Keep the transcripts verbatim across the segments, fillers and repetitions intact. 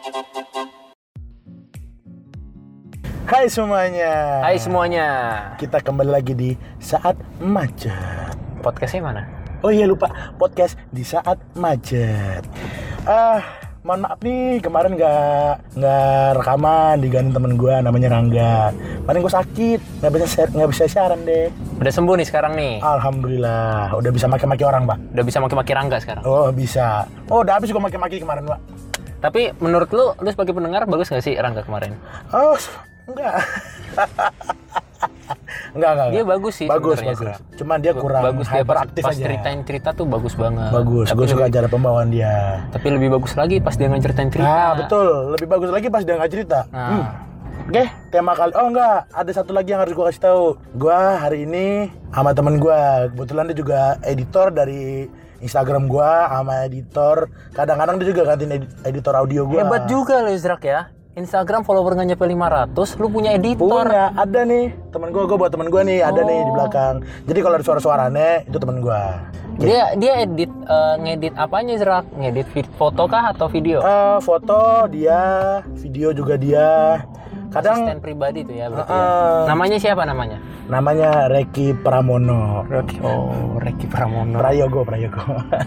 Hai semuanya. Hai semuanya. Kita kembali lagi di Saat Macet. Podcastnya mana? Oh iya lupa, podcast di Saat Macet. Ah, mohon maaf nih kemarin nggak nggak rekaman diganti temen gue namanya Rangga. Kemarin gue sakit, nggak bisa nggak bisa siaran deh. Udah sembuh nih sekarang nih. Alhamdulillah, udah bisa maki-maki orang, Pak. Udah bisa maki-maki Rangga sekarang. Oh bisa. Oh udah habis gue maki-maki kemarin, Pak. Tapi menurut lu, lu sebagai pendengar bagus nggak sih Rangga kemarin? Oh enggak. Enggak, enggak, Dia enggak. bagus sih bagus, sebenarnya, bagus. Serang. Cuman dia kurang bagus dia pas, hyperaktif pas aja. ceritain cerita tuh bagus banget. Bagus, gue suka lebih, cara pembawaan dia. Tapi lebih bagus lagi pas dia ngeceritain cerita. Ah, betul. Lebih bagus lagi pas dia nggak cerita. Nah. Hmm. Oke, tema kali. Oh enggak, ada satu lagi yang harus gue kasih tahu. Gue hari ini sama temen gue. Kebetulan dia juga editor dari Instagram gue, sama editor. Kadang-kadang dia juga gantiin edi- editor audio gue. Hebat juga lo Izrak ya. Instagram follower nggak nyampe lima ratus, lu punya editor. Punya, ada nih temen gue, gue buat temen gue nih, ada Oh. nih di belakang. Jadi kalau ada suara-suara aneh, itu temen gue. Dia dia edit eh, ngedit apanya Izrak? Ngedit vid- foto kah atau video? Eh, foto dia, video juga dia. Kadang Asisten pribadi tuh ya berarti. Uh, ya. Namanya siapa namanya? namanya Reki Pramono. Reki. Oh, Reki Pramono. Prayogo, Prayogo.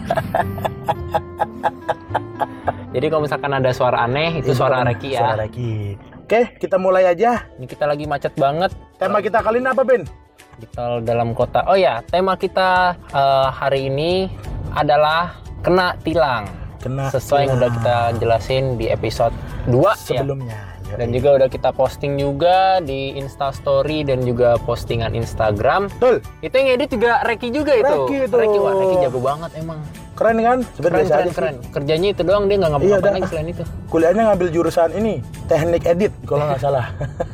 Jadi kalau misalkan ada suara aneh itu suara Reki ya. Suara Reki. Oke, kita mulai aja. Ini kita lagi macet banget. Tema kita kali ini apa, Ben? Di tol dalam kota. Oh ya, tema kita eh, hari ini adalah kena tilang. Kena Sesuai yang udah kita jelasin di episode dua ya. sebelumnya. Dan juga udah kita posting juga di Insta Story dan juga postingan Instagram. Betul. Itu yang edit juga Reki juga itu. Reki itu. Reki, wah Reki jago banget emang. Keren kan? Keren, Sebenarnya keren, keren. Kerjanya itu doang, dia nggak Iya, ngapa-ngapain dah. lagi selain itu. Kuliahnya ngambil jurusan ini, teknik edit kalau nggak salah.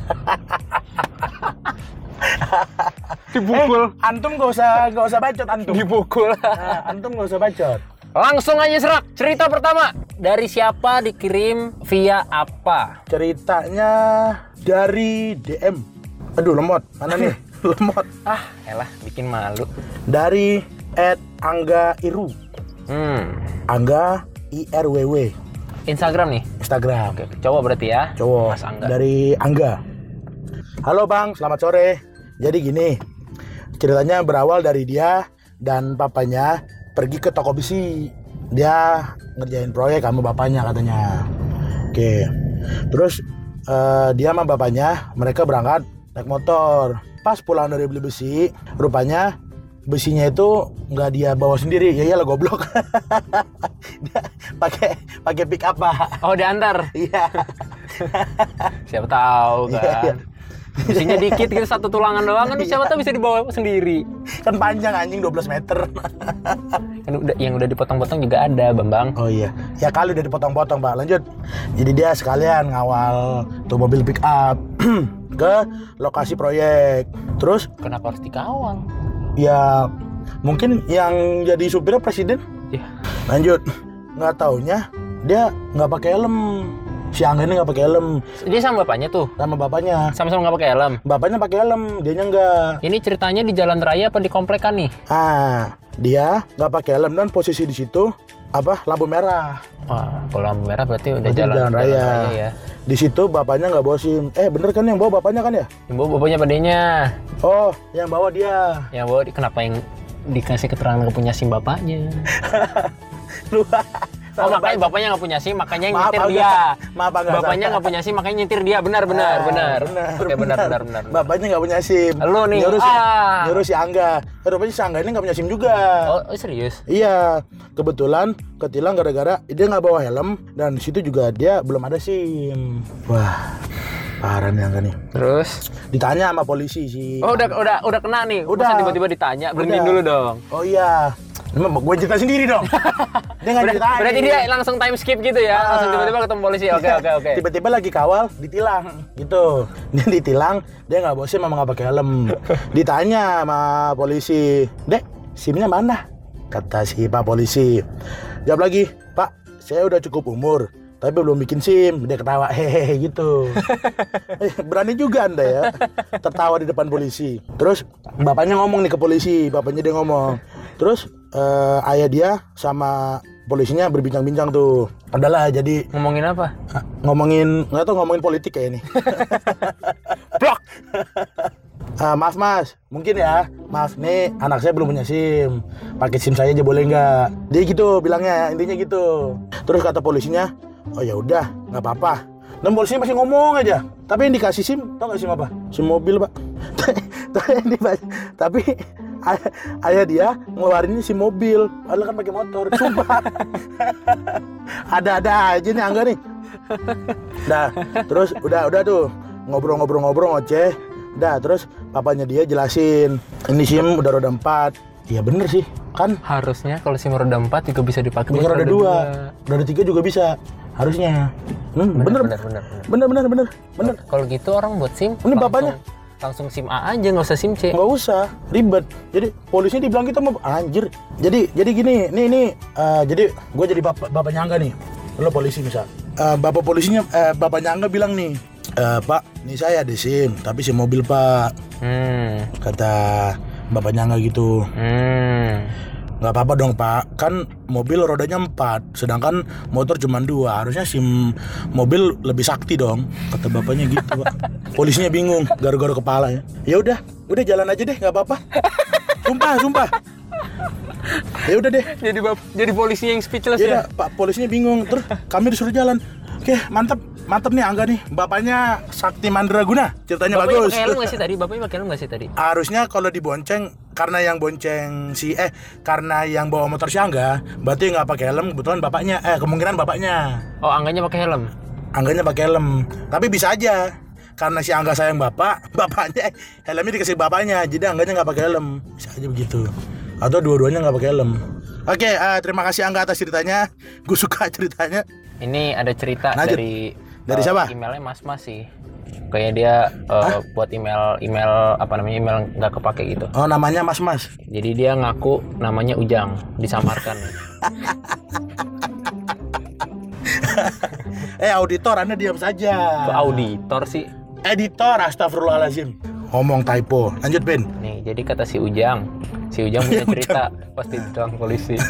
Dipukul. Eh, antum nggak usah nggak usah bacot antum. Dipukul. Nah, antum nggak usah bacot. Langsung aja Serak. Cerita pertama. Dari siapa, dikirim via apa? Ceritanya dari D M. Aduh lemot, mana nih? Lemot. Ah, elah bikin malu. Dari at Angga Iru. Hmm. Angga I R W W. Instagram nih. Instagram. Oke, cowok berarti ya. Cowok. Mas Angga. Dari Angga. Halo Bang, selamat sore. Jadi gini, ceritanya berawal dari dia dan papanya pergi ke toko besi. Dia ngerjain proyek sama bapaknya katanya. Oke. Terus eh, dia sama bapaknya mereka berangkat naik motor. Pas pulang dari beli besi, rupanya besinya itu nggak dia bawa sendiri. Ya iyalah goblok. Dia pakai pakai pick up, Pak. Oh, diantar. Iya. Siapa tahu Iya, kan. iya. Besinya dikit gitu, satu tulangan doang kan siapa tahu bisa dibawa sendiri. Kan panjang anjing dua belas meter. Kan udah yang udah dipotong-potong juga ada, Bambang. Oh iya. Ya kali udah dipotong-potong, Pak. Lanjut. Jadi dia sekalian ngawal tuh mobil pick up ke lokasi proyek. Terus Kenapa harus dikawal? ya mungkin yang jadi supirnya presiden. Ya. Lanjut. Nggak taunya dia nggak pakai helm. Si Angga ini nggak pakai helm Dia sama bapaknya tuh. sama bapaknya. Sama-sama nggak pakai helm. Bapaknya pakai helm, dianya nggak. Ini ceritanya di jalan raya apa di komplek kan nih? Ah, dia nggak pakai helm dan posisi di situ apa lampu merah. Wah, kalau lampu merah berarti udah Berarti jalan, jalan raya. ya. Di situ bapaknya nggak bawa SIM. Eh bener kan yang bawa bapaknya kan ya? Yang bawa bapaknya padanya. Oh, yang bawa dia. Yang bawa di- kenapa yang dikasih keterangan nggak punya SIM bapaknya? Lu. Oh, makanya bapaknya nggak punya SIM, makanya yang Maaf, nyetir Angga. dia. Maaf, Angga. Bapaknya nggak punya SIM, makanya nyetir dia. Benar, benar, Ah, benar. benar, Oke, benar, benar, benar. Bapaknya nggak punya SIM. Lu nih, Nyuruh si, ah. nyuruh si Angga. Eh, rupanya si Angga ini nggak punya SIM juga. Oh, oh, serius? Iya, kebetulan ketilang gara-gara dia nggak bawa helm dan di situ juga dia belum ada SIM. Wah, parah nih Angga nih. Terus? Ditanya sama polisi si. Oh, udah udah udah kena nih. Udah. Masa tiba-tiba ditanya, berhenti Udah. dulu dong. Oh iya. Ini mah gue cerita sendiri dong. Dia nggak Ber- ceritain. Berarti dia langsung time skip gitu ya. Ah. Langsung tiba-tiba ketemu polisi. Oke, oke, oke. Tiba-tiba lagi kawal, ditilang gitu. Dia ditilang, dia nggak bawa SIM, sama nggak pakai helm. Ditanya sama polisi, Dek, SIM-nya mana? Kata si Pak polisi. Jawab lagi, Pak, saya udah cukup umur, tapi belum bikin SIM. Dia ketawa, hehehe gitu. Eh, berani juga Anda ya, tertawa di depan polisi. Terus bapaknya ngomong nih ke polisi, bapaknya dia ngomong. Terus eh, ayah dia sama polisinya berbincang-bincang tuh. Adalah jadi Ngomongin apa? ah, ngomongin nggak tahu ngomongin politik kayak ini. Blok. Ah, maaf mas, mungkin ya, maaf nih anak saya belum punya SIM, pakai SIM saya aja boleh nggak? Dia gitu bilangnya, intinya gitu. Terus kata polisinya, oh ya udah, nggak apa-apa. Dan polisinya masih ngomong aja, tapi yang dikasih SIM, tau nggak SIM apa? SIM mobil pak. Tapi ay- ayah dia ngeluarin SIM mobil, padahal kan pakai motor, sumpah. Ada-ada aja nih Angga nih. Nah, terus udah udah tuh ngobrol-ngobrol-ngobrol ngoceh. Udah, terus papanya dia jelasin, ini SIM udah roda empat. Iya bener sih, kan Harusnya kalau SIM roda empat juga bisa dipakai bisa roda dua, roda tiga juga bisa, harusnya. Hmm, bener, Bener, bener, bener. bener, bener, bener, bener. Kalau gitu orang buat SIM. Ini langsung- bapaknya. Langsung SIM A aja, nggak usah SIM C. Nggak usah, ribet. Jadi polisinya dibilang kita mau anjir. Jadi jadi gini, nih nih, uh, jadi gue jadi bapak bapaknya Angga nih. Lo polisi misal. Uh, bapak polisinya, uh, bapaknya Angga bilang nih, e, Pak, nih saya ada SIM, tapi SIM mobil Pak. Hmm. Kata bapaknya Angga gitu. Hmm. Nggak apa-apa dong Pak, kan mobil rodanya empat, sedangkan motor cuma dua, harusnya SIM mobil lebih sakti dong, kata bapaknya gitu Pak. Polisinya bingung, garu-garu kepala ya. Ya udah, udah jalan aja deh, nggak apa-apa. Sumpah, sumpah. Ya udah deh. Jadi bap jadi polisinya yang speechless Ya ya. udah, Pak polisinya bingung, terus kami disuruh jalan. Oke, mantap, mantap nih Angga nih, bapaknya Sakti Mandraguna, ceritanya Bapaknya bagus. pakai helm nggak sih tadi? Bapaknya pakai helm nggak sih tadi? Harusnya kalau dibonceng, karena yang bonceng si eh karena yang bawa motor si Angga, berarti nggak pakai helm, kebetulan bapaknya, eh kemungkinan bapaknya. Oh, Angganya pakai helm. Angganya pakai helm, tapi bisa aja karena si Angga sayang bapak, bapaknya eh, helmnya dikasih bapaknya, jadi Angganya nggak pakai helm, bisa aja begitu. Atau dua-duanya nggak pakai helm. Oke, eh, terima kasih Angga atas ceritanya, gue suka ceritanya. Ini ada cerita Lanjut. dari Dari eh, siapa? Emailnya Mas Mas sih. Kayak dia eh, buat email email apa namanya email nggak kepake gitu. Oh namanya Mas Mas. Jadi dia ngaku namanya Ujang, disamarkan. eh auditor, Anda diam saja. Kok auditor sih? Editor, astagfirullahaladzim. Ngomong typo. Lanjut Ben. Nih, jadi kata si Ujang, si Ujang punya cerita pasti ditahan polisi.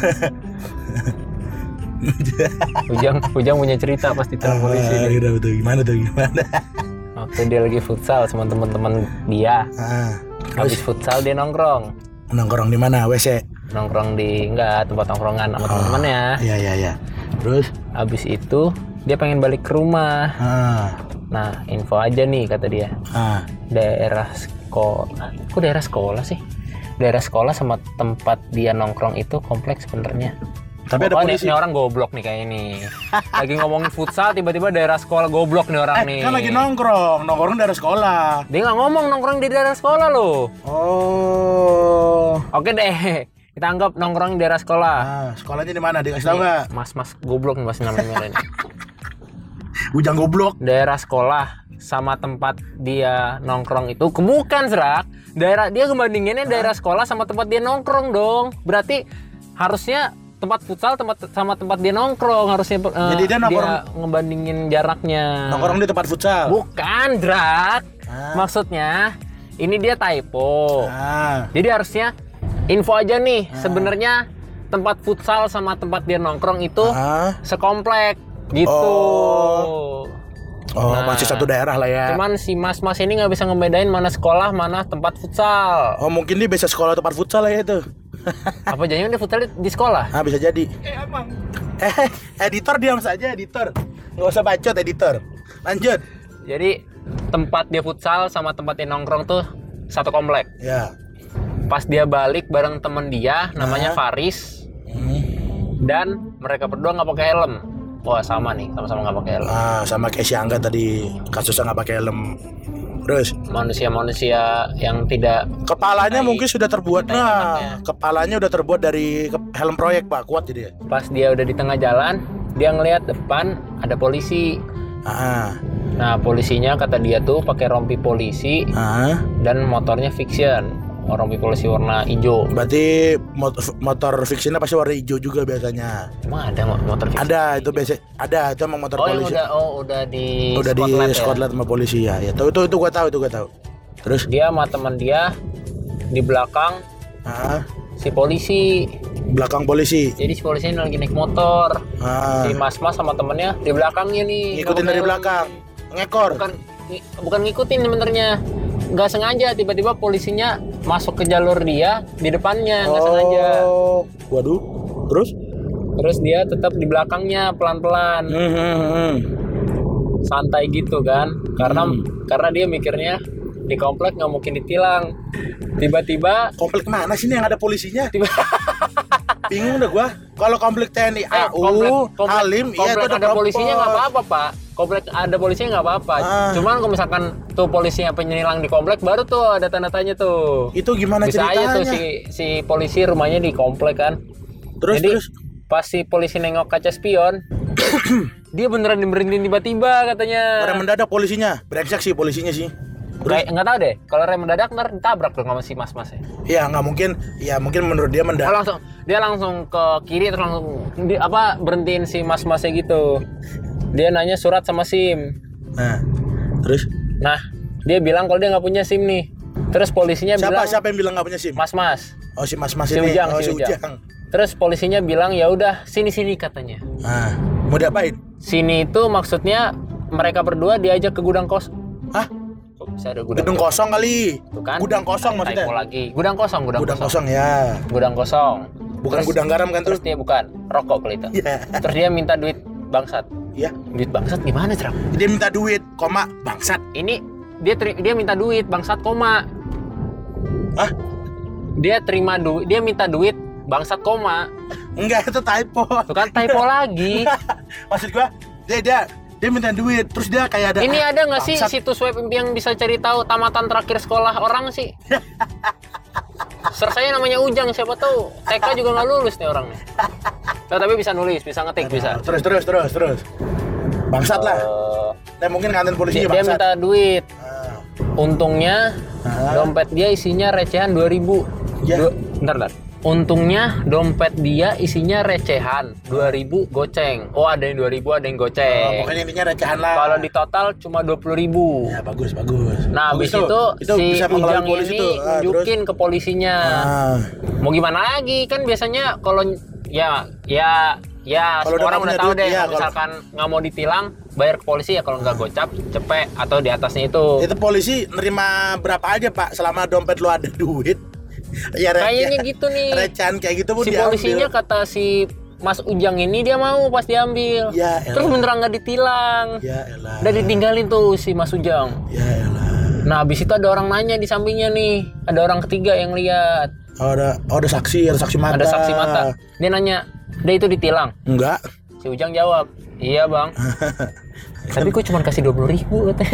Ujang, Ujang punya cerita pasti ditahan polisi. Ah, nih. udah betul gimana tuh gimana? Waktu dia lagi futsal sama teman-teman dia, Ah, habis futsal dia nongkrong, nongkrong di mana? W C. nongkrong di enggak tempat nongkrongan sama teman-temannya. Iya iya iya. Terus? Habis itu dia pengen balik ke rumah. Ah, Nah, info aja nih kata dia. ah. Daerah sekolah. Kok daerah sekolah sih? Daerah sekolah sama tempat dia nongkrong itu kompleks sebenarnya. Tapi ada Oh, ini, polisi. ini orang goblok nih kayak ini. Lagi ngomongin futsal tiba-tiba daerah sekolah, goblok nih orang Eh, nih. kan lagi nongkrong, nongkrong dari sekolah. Dia nggak ngomong nongkrong di daerah sekolah loh. Oh. Oke deh. Kita anggap nongkrong di daerah sekolah. Ah, sekolahnya di mana? Dikasih tahu nggak? Mas-mas goblok nih masih namanya ini. Ujang goblok. Daerah sekolah sama tempat dia nongkrong itu bukan serak. Daerah dia ngebandinginnya daerah sekolah sama tempat dia nongkrong dong. Berarti harusnya tempat futsal tempat sama tempat dia nongkrong harusnya. eh, Jadi dia nongkrong- ngebandingin jaraknya. Nongkrong di tempat futsal. Bukan, Drak. Ah. Maksudnya ini dia typo. Ah. Jadi harusnya info aja nih, sebenarnya tempat futsal sama tempat dia nongkrong itu Ah. sekomplek gitu. Oh. Oh, Nah, masih satu daerah lah ya. Cuman si mas-mas ini nggak bisa ngebedain mana sekolah, mana tempat futsal. Oh, mungkin dia bisa sekolah tempat futsal lah ya itu. Apa jangan dia futsal di sekolah? Ah, bisa jadi. Eh, emang. Eh, editor diam saja, editor. Nggak usah bacot, editor. Lanjut. Jadi tempat dia futsal sama tempat dia nongkrong tuh satu komplek. Ya. Pas dia balik bareng temen dia, namanya Ah. Faris, Hmm. dan mereka berdua nggak pakai helm. Wah sama nih, sama-sama nggak pakai helm. Ah, sama kayak si Angga tadi kasusnya nggak pakai helm. Terus Manusia-manusia yang tidak kepalanya Naik. mungkin sudah terbuat. Naik Nah, anaknya. kepalanya udah terbuat dari ke- helm proyek Pak, kuat jadi. ya? pas dia udah di tengah jalan, dia ngelihat depan ada polisi. Ah, Nah polisinya kata dia tuh pakai rompi polisi ah. dan motornya fiction. Oh, rompi polisi warna hijau. Berarti motor, motor fictionnya pasti warna hijau juga biasanya. Emang ada mo- motor fiction? Ada itu biasa, ada itu emang motor Oh yang polisi. udah oh udah di udah di Scotland ya? Scotland sama polisi ya. Ya, itu itu, itu gua tahu, itu gua tahu. Terus Dia sama teman dia di belakang ah, si polisi. Belakang polisi. Jadi si polisi ini lagi naik motor. Ah. Si mas-mas sama temennya di belakangnya nih. Ngikutin dari belakang. Ngekor. Bukan ng- bukan ngikutin sebenarnya. Nggak sengaja tiba-tiba polisinya masuk ke jalur dia di depannya, nggak sengaja. Oh. Waduh. Terus? Terus dia tetap di belakangnya pelan-pelan. Hmm, hmm, hmm. Santai gitu kan. Karena Hmm. karena dia mikirnya di komplek nggak mungkin ditilang. Tiba-tiba Komplek mana sih nih yang ada polisinya? tiba Bingung dah gua. Kalau komplek T N I Eh, A U, komplek, komplek, Halim, iya komplek itu ada, propos. polisinya nggak apa-apa pak. Komplek ada polisinya nggak apa-apa. Ah. Cuman kalau misalkan tuh polisinya penyenilang di komplek, baru tuh ada tanda tanya tuh. Itu gimana Bisa ceritanya? aja tuh si si polisi rumahnya di komplek kan. Terus Jadi terus. pas si polisi nengok kaca spion, dia beneran diberhentiin tiba-tiba katanya. Rem mendadak polisinya. Brengsek sih polisinya sih. Terus? Kayak nggak tahu deh. Kalau rem mendadak ntar ditabrak dong sama si mas-masnya. Ya nggak mungkin. Ya mungkin menurut dia Oh, mendadak. langsung dia langsung ke kiri terus langsung di, apa berhentiin si mas-masnya gitu. Dia nanya surat sama SIM. Nah, terus Nah, dia bilang kalau dia nggak punya SIM nih. Terus polisinya siapa bilang siapa yang bilang nggak punya SIM? mas-mas. Oh si mas mas Si ini. Ujang, Oh si si Ujang. Ujang. Terus polisinya bilang ya udah sini-sini katanya. Nah, mau diapain? Sini itu maksudnya mereka berdua diajak ke gudang kos. Hah? Kok bisa ada gudang Gedung kosong kali. Tuh kan? Gudang kosong Tai- maksudnya. typo lagi. Gudang kosong, gudang, Gudang kosong. kosong ya. Gudang kosong. Bukan Terus- gudang garam kan tuh? Terus dia bukan rokok kali itu. Iya. Terus dia minta duit bangsat. Iya. Duit bangsat gimana, Cram? Dia minta duit, koma bangsat. Ini dia teri- dia minta duit bangsat koma. Hah? Dia terima duit, dia minta duit bangsat koma. Enggak, itu typo. Tuh kan typo lagi. Maksud gua, dia dia dia minta duit, terus dia kayak ada Ini ah, ada nggak sih bangsat. situs web yang bisa cari tahu tamatan terakhir sekolah orang sih? Ser saya namanya Ujang, siapa tahu T K juga nggak lulus nih orangnya. Nah, tapi bisa nulis, bisa ngetik, bisa. Terus terus terus terus. Bangsat lah. Eh, Nah, mungkin kantin polisi dia, dia bangsat. minta duit. Ah. Untungnya Ah. dompet dia isinya recehan dua ribu. Ya. Du- bentar, bentar. Untungnya dompet dia isinya recehan dua ribu goceng. Oh, ada yang dua ribu, ada yang Oh, goceng. pokoknya intinya recehan lah. Kalau di total cuma dua puluh ribu. Ya bagus bagus. Nah, Bagus habis tuh. itu, si bisa mengelola Ujang polisi ini tuh. Ah, nunjukin ke polisinya. terus. Ah. Mau gimana lagi? Kan biasanya kalau ya ya ya Kalau semua udah orang nggak udah punya tahu duit, deh iya, kalau kalau- misalkan nggak mau ditilang bayar ke polisi ya, kalau nggak gocap cepet atau di atasnya itu. Itu polisi nerima berapa aja pak selama dompet lu ada duit? Ya re- Kayaknya ya, gitu nih. recehan kayak gitu pun Si diambil. polisinya kata si Mas Ujang ini dia mau pas diambil. Ya Terus elah. beneran nggak ditilang. Ya elah. Udah ditinggalin tuh si Mas Ujang. Ya elah. Nah, habis itu ada orang nanya di sampingnya nih. Ada orang ketiga yang lihat. Oh, ada oh, ada saksi, ada saksi mata. Ada saksi mata. Dia nanya, "Dia itu ditilang?" Enggak. Si Ujang jawab, "Iya, Bang." Tapi kok cuma kasih dua puluh ribu katanya.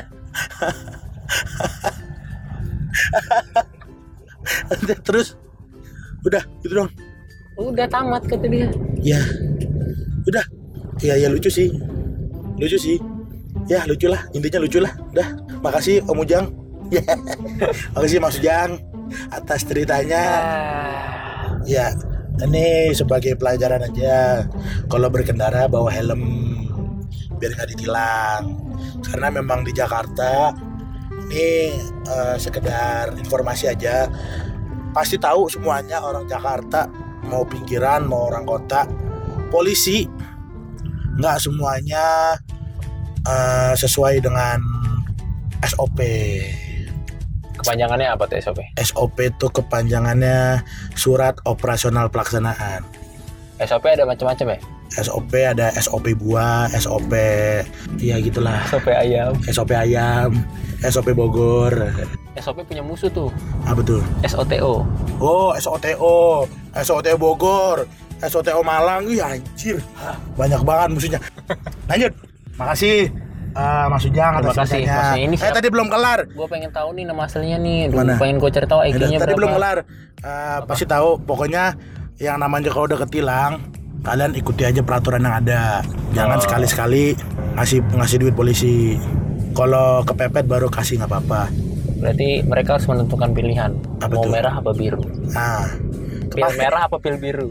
Terus udah gitu dong. Udah tamat kata dia. Ya. Udah. Ya ya lucu sih. Lucu sih. Ya lucu lah, intinya lucu lah. Udah. Makasih Om Ujang. Ya. Makasih Mas Ujang atas ceritanya. Ya, ini sebagai pelajaran aja. Kalau berkendara bawa helm biar nggak ditilang. Karena memang di Jakarta ini eh, sekedar informasi aja. Pasti tahu semuanya orang Jakarta, mau pinggiran mau orang kota, polisi nggak semuanya eh, sesuai dengan S O P. Kepanjangannya apa tuh S O P? S O P itu kepanjangannya Surat Operasional Pelaksanaan. S O P ada macam-macam ya? S O P ada S O P buah, S O P ya gitulah. S O P ayam. S O P ayam, S O P Bogor. S O P punya musuh tuh. Ah betul. S O T O. Oh, S O T O, S O T O Bogor, S O T O Malang. Ih anjir. Banyak banget musuhnya. Lanjut. Makasih uh, Mas Ujang atas Terima kasih, ceritanya. Mas. Ini Eh siapa? tadi belum kelar. Gue pengen tahu nih nama aslinya nih. Duh, Mana? pengen gue cari tahu I Q-nya Tadi berapa. belum kelar. Uh, pasti tahu. Pokoknya yang namanya kalau udah ketilang, kalian ikuti aja peraturan yang ada. Jangan Oh. sekali-sekali ngasih ngasih duit polisi. Kalau kepepet baru kasih nggak apa-apa. Berarti mereka harus menentukan pilihan. Apa Mau tuh? merah apa biru? Nah, Pil merah apa pil biru?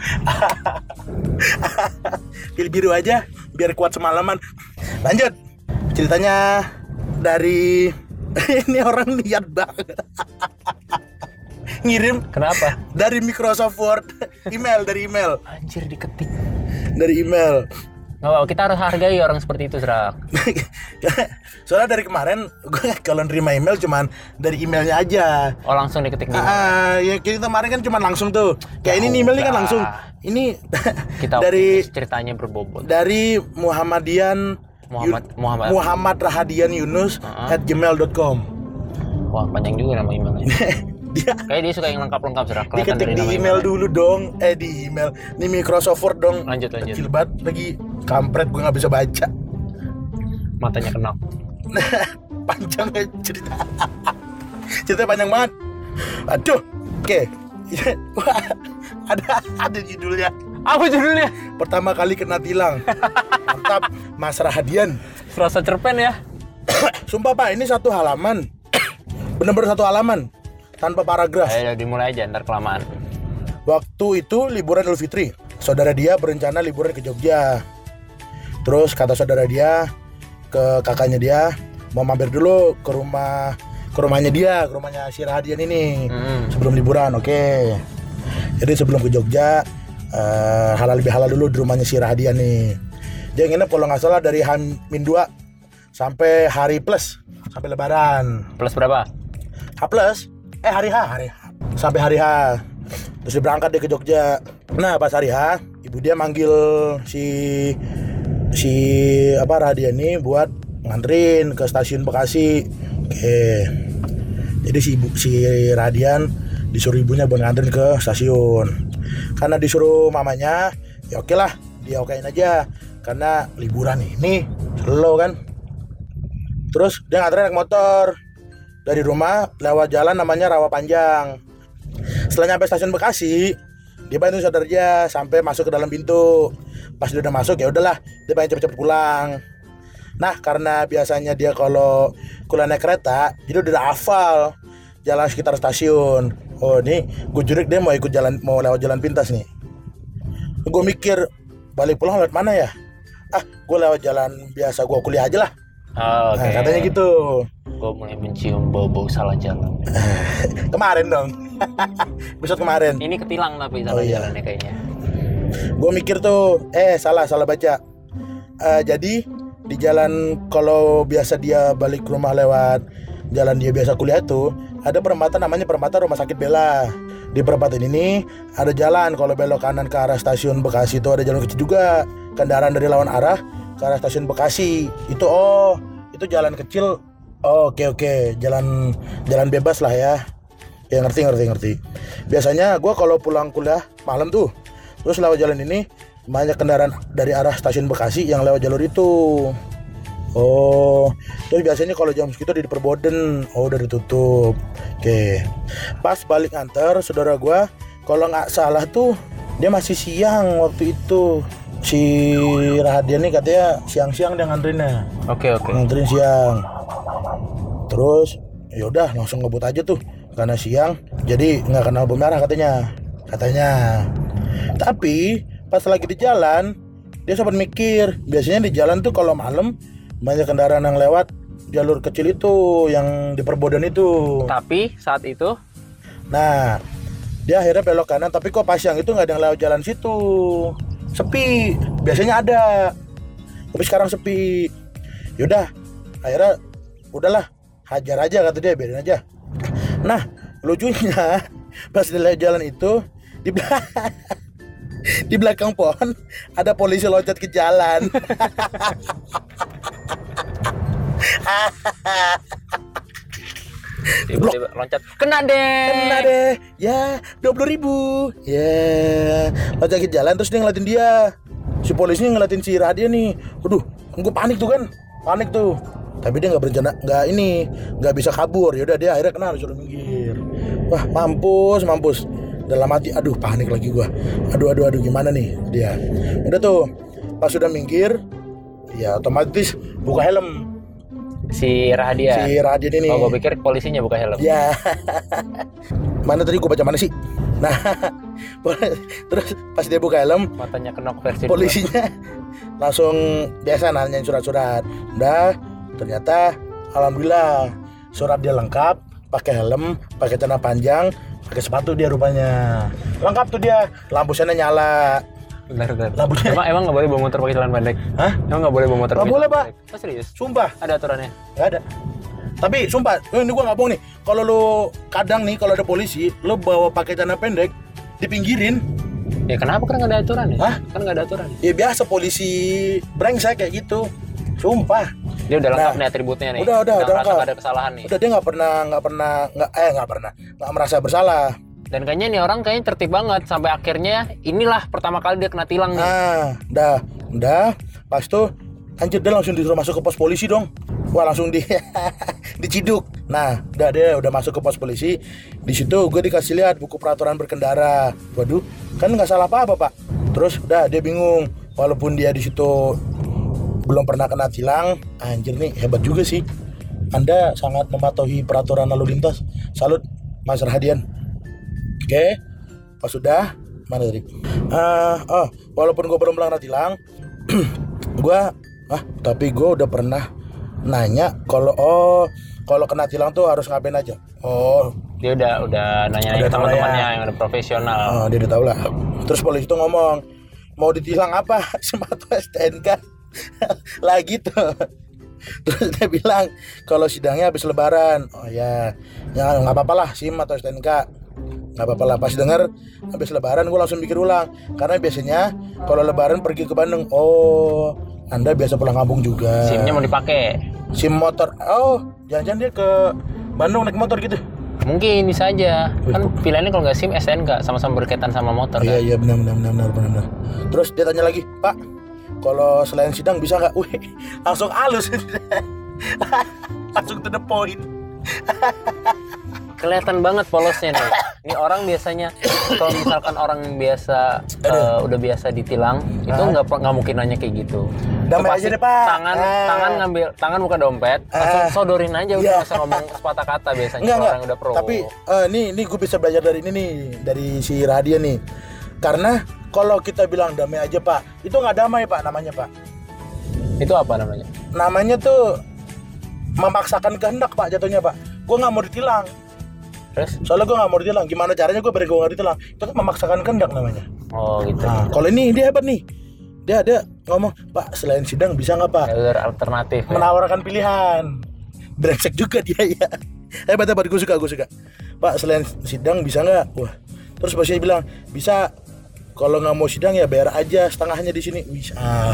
pilih biru aja biar kuat semalaman. Lanjut. Ceritanya dari ini orang lihat banget. ngirim Kenapa? dari Microsoft Word, email dari email, Anjir diketik. dari email. Nggak apa-apa, kita harus hargai orang seperti itu, Serak. Soalnya dari kemarin gue kalau nerima email cuman dari emailnya aja. Oh, langsung diketik di email. Ah, ya kita kemarin kan cuma langsung tuh. Kayak ini email ini kan langsung. Ini Kita dari ceritanya berbobot. dari Muhammadian Muhammad Yun- Muhammad. Muhammad Rahadian Yunus Uh-huh. at gmail dot com. Wah, panjang juga nama emailnya. Dia Kayak dia suka yang lengkap-lengkap, Serak. Kelihatan diketik dari di nama email emailnya. dulu dong. Eh di email. Di Microsoft Word dong. Lanjut, lanjut. Kecil banget lagi kampret gue nggak bisa baca. Matanya kenal. Panjang ya cerita. Cerita panjang banget. Aduh. Oke. Wah, ada ada judulnya. Apa judulnya? Pertama kali kena tilang. Mantap, Mas Rahadian. Serasa cerpen ya. Sumpah Pak, ini satu halaman. Bener-bener satu halaman tanpa paragraf. Ayo dimulai aja, ntar kelamaan. Waktu itu liburan Idul Fitri. Saudara dia berencana liburan ke Jogja. Terus kata saudara dia ke kakaknya dia mau mampir dulu ke rumah ke rumahnya dia, ke rumahnya si Rahadian ini. Mm. Sebelum liburan, oke. Jadi sebelum ke Jogja eh, halal lebih halal dulu di rumahnya si Rahadian nih. Dia nginep kalau nggak salah dari Hamin dua sampai hari plus, sampai lebaran. Plus berapa? H plus, eh hari H, hari H. Sampai hari H. Terus dia berangkat dia ke Jogja. Nah pas hari H, ibu dia manggil si si apa Rahadian ini buat nganterin ke stasiun Bekasi. Oke. Jadi si ibu si Rahadian disuruh ibunya buat nganterin ke stasiun. Karena disuruh mamanya, ya oke lah, dia okein aja. Karena liburan ini slow kan. Terus dia nganterin naik motor dari rumah lewat jalan namanya Rawa Panjang. Setelah nyampe stasiun Bekasi, dia bantu saudara dia sampai masuk ke dalam pintu. Pas dia udah masuk ya udahlah, dia pengen cepet-cepet pulang. Nah karena biasanya dia kalau kuliah naik kereta, jadi udah hafal jalan sekitar stasiun. Oh ini gue jurik dia mau ikut jalan, mau lewat jalan pintas nih. Gue mikir balik pulang lewat mana ya? Ah gue lewat jalan biasa gue kuliah aja lah. Oh, oke. Nah, katanya gitu. Gue mulai mencium bau-bau salah jalan. Kemarin dong. Episode kemarin. Ini ketilang tapi salah Oh, iya. jalannya kayaknya. Gue mikir tuh, eh salah salah baca. Eh, jadi di jalan kalau biasa dia balik ke rumah lewat jalan dia biasa kuliah tuh ada perempatan namanya perempatan Rumah Sakit Bella. Di perempatan ini ada jalan kalau belok kanan ke arah stasiun Bekasi itu ada jalan kecil juga. Kendaraan dari lawan arah ke arah stasiun Bekasi itu oh itu jalan kecil. Oh, oke oke jalan jalan bebas lah ya. Ya ngerti ngerti ngerti. Biasanya gue kalau pulang kuliah malam tuh terus lewat jalan ini banyak kendaraan dari arah stasiun Bekasi yang lewat jalur itu. Oh, terus biasanya kalau jam segitu di Perboden, oh udah ditutup. Oke, pas balik nganter saudara gua, kalau nggak salah tuh dia masih siang waktu itu. Si Rahadian nih katanya siang-siang dia nganterinnya, Oke oke. nganterin siang. Terus ya udah langsung ngebut aja tuh karena siang, jadi nggak kenal lampu merah katanya, katanya. Tapi pas lagi di jalan dia sempat mikir, biasanya di jalan tuh kalau malam banyak kendaraan yang lewat jalur kecil itu yang di Perboden itu. Tapi saat itu Nah dia akhirnya belok kanan, tapi kok pas siang itu nggak ada yang lewat jalan situ, sepi. Biasanya ada, tapi sekarang sepi. Yaudah akhirnya udahlah hajar aja kata dia, biarin aja. Nah lucunya pas dia lewat jalan itu di belakang di belakang pohon ada polisi loncat ke jalan. tiba-tiba loncat. Kena deh. Kena deh, ya dua puluh ribu. Ya, loncat ke jalan terus dia ngeliatin dia. Si polisinya ngeliatin si Rahadian nih. Waduh, gue panik tuh kan, panik tuh. Tapi dia nggak berencana, nggak ini, nggak bisa kabur. Yaudah dia akhirnya kena, disuruh minggir. Wah mampus, mampus. Dalam hati, aduh panik lagi gua. Aduh, aduh, aduh gimana nih dia. Udah tuh, pas sudah minggir, ya otomatis buka helm. Si Rahadian. Si Rahadian ini. Oh, gue pikir polisinya buka helm. Ya. Mana tadi gua baca mana sih? Nah, terus pas dia buka helm, Matanya kenok versi polisinya langsung biasa nanyain surat-surat. Udah, ternyata alhamdulillah surat dia lengkap, pakai helm, pakai celana panjang, pakai sepatu dia rupanya. Lengkap tuh dia, lampu sana nyala. Bentar, bentar. Lampunya. Emang emang nggak boleh bawa motor pakai celana pendek? Hah? Emang nggak boleh bawa motor? Nggak pakai boleh, celana Pak. pendek? Oh, serius? Sumpah, Ada aturannya? nggak ada. Tapi sumpah, ini gua nggak bohong nih. Kalau lu kadang nih, kalau ada polisi, lu bawa pakai celana pendek, dipinggirin. Ya kenapa kan nggak ada aturan ya? Hah? Kan nggak ada aturan. Ya biasa polisi brengsek kayak gitu. Sumpah. Dia udah lengkap Nah, nih atributnya nih. udah, udah, Nggak udah merasa lengkap. nggak ada kesalahan nih. Udah dia nggak pernah, nggak pernah, nggak eh nggak pernah, nggak merasa bersalah. Dan kayaknya nih orang kayaknya tertib banget sampai akhirnya inilah pertama kali dia kena tilang nih. Nah, udah, udah. Pas tuh, anjir dia langsung disuruh masuk ke pos polisi dong. Wah langsung di diciduk. Nah, udah dia udah masuk ke pos polisi. Di situ gue dikasih lihat buku peraturan berkendara. Waduh, kan nggak salah apa-apa pak. Terus udah dia bingung. Walaupun dia di situ belum pernah kena tilang, anjir nih hebat juga sih. Anda sangat mematuhi peraturan lalu lintas. Salut, Mas Rahadian. Oke, pas sudah mana tadi? Uh, oh, walaupun gue belum pernah tilang, gue ah tapi gue udah pernah nanya kalau oh kalau kena tilang tuh harus ngapain aja. Oh, Dia udah udah nanya Udah ke tahu teman-temannya ya. yang udah profesional. oh, dia udah tahu lah. Terus polisi tuh ngomong mau ditilang apa? Sepatu S T N K lagi tuh. Terus dia bilang kalau sidangnya habis lebaran. Oh ya, ya nggak apa-apa lah SIM atau S T N K. Nggak apa-apa lah. Pas denger habis lebaran gue langsung mikir ulang. Karena biasanya kalau lebaran pergi ke Bandung. Oh, Anda biasa pulang kampung juga. SIM-nya mau dipakai. SIM motor. Oh, jangan-jangan dia ke Bandung naik motor gitu. Mungkin bisa aja. Kan pilihannya kalau nggak SIM S T N K sama-sama berkaitan sama motor Iya kan. iya benar benar benar benar benar. Terus dia tanya lagi, Pak, kalau selain sidang bisa nggak? Wih, langsung halus. Langsung to the point. Kelihatan banget polosnya nih. Ini orang biasanya kalau misalkan orang biasa eh, udah biasa ditilang, itu nggak per- nggak mungkin nanya kayak gitu. Damai Itu pasti aja deh, Pak. Tangan Ah. tangan ngambil tangan buka dompet, langsung Ah. sodorin aja udah Iya. nggak usah ngomong sepatah kata biasanya Enggak kalau enggak. orang udah pro. Tapi eh, nih nih gue bisa belajar dari ini nih, dari si Radia nih. Karena kalau kita bilang damai aja Pak, itu nggak damai Pak namanya Pak. Itu apa namanya? Namanya tuh memaksakan kehendak Pak jatuhnya Pak. Gue nggak mau ditilang. Terus? Soalnya gue nggak mau ditilang. Gimana caranya gue biar gue nggak ditilang? Itu kan memaksakan kehendak namanya. Oh gitu. Nah, kalau ini dia hebat nih. Dia ada ngomong, Pak selain sidang bisa nggak Pak? Jalur alternatif. Ya? Menawarkan pilihan. Brengsek juga dia ya. Hebat hebat gue suka gue suka. Pak selain sidang bisa nggak? Wah. Terus bosnya bilang bisa. Kalau nggak mau sidang ya bayar aja setengahnya di sini. Wih.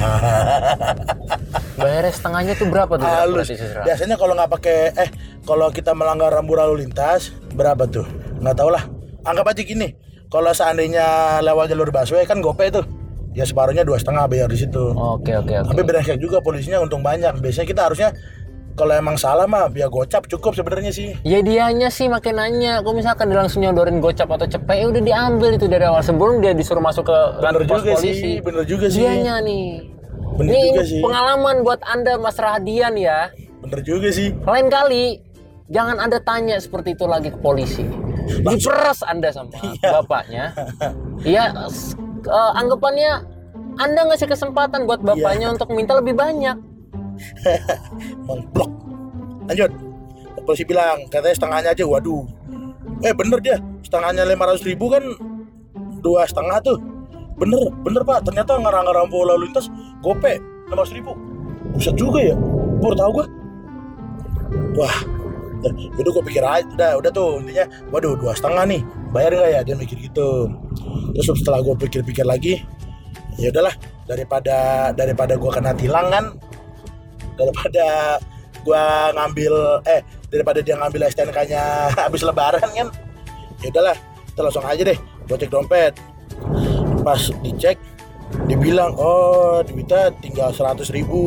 Bayarnya setengahnya tuh berapa tuh? Halus. berarti, Sisra? Biasanya kalau nggak pakai eh kalau kita melanggar rambu lalu lintas berapa tuh? Nggak tahu lah. Anggap aja gini. Kalau seandainya lewat jalur busway kan gope tuh. Ya separuhnya dua setengah bayar di situ. Oke oke oke. Tapi brengsek juga polisinya untung banyak. Biasanya kita harusnya kalau emang salah mah ya gocap cukup sebenarnya sih. Ya dianya sih makin nanya. Kalau misalkan dia langsung nyodorin gocap atau cepet, ya udah diambil itu dari awal sebelum dia disuruh masuk ke Bener kantor pos juga polisi. sih, bener juga sih. Dianya nih. Bener Ini juga sih. pengalaman buat Anda Mas Rahadian ya. Bener juga sih. Lain kali jangan Anda tanya seperti itu lagi ke polisi. Diperes Anda sama bapaknya. Iya, s- eh, anggapannya Anda ngasih kesempatan buat bapaknya untuk minta lebih banyak. Mengblok. Lanjut. Polisi bilang katanya setengahnya aja. Waduh. Eh bener dia. Setengahnya lima ratus ribu kan dua setengah tuh. Bener, bener Pak. Ternyata ngarang-ngarang bola lalu lintas gope lima ratus ribu. Buset juga ya. Baru tahu gua. Wah. Udah gue pikir aja, udah, udah tuh intinya, waduh dua setengah nih, bayar nggak ya? Dia mikir gitu. Terus setelah gue pikir-pikir lagi, ya udahlah, daripada daripada gue kena tilang kan, daripada gue ngambil, eh daripada dia ngambil S T N K-nya habis lebaran kan, ya udahlah, kita langsung aja deh, gue cek dompet. Pas dicek, dibilang, oh duitnya tinggal seratus ribu.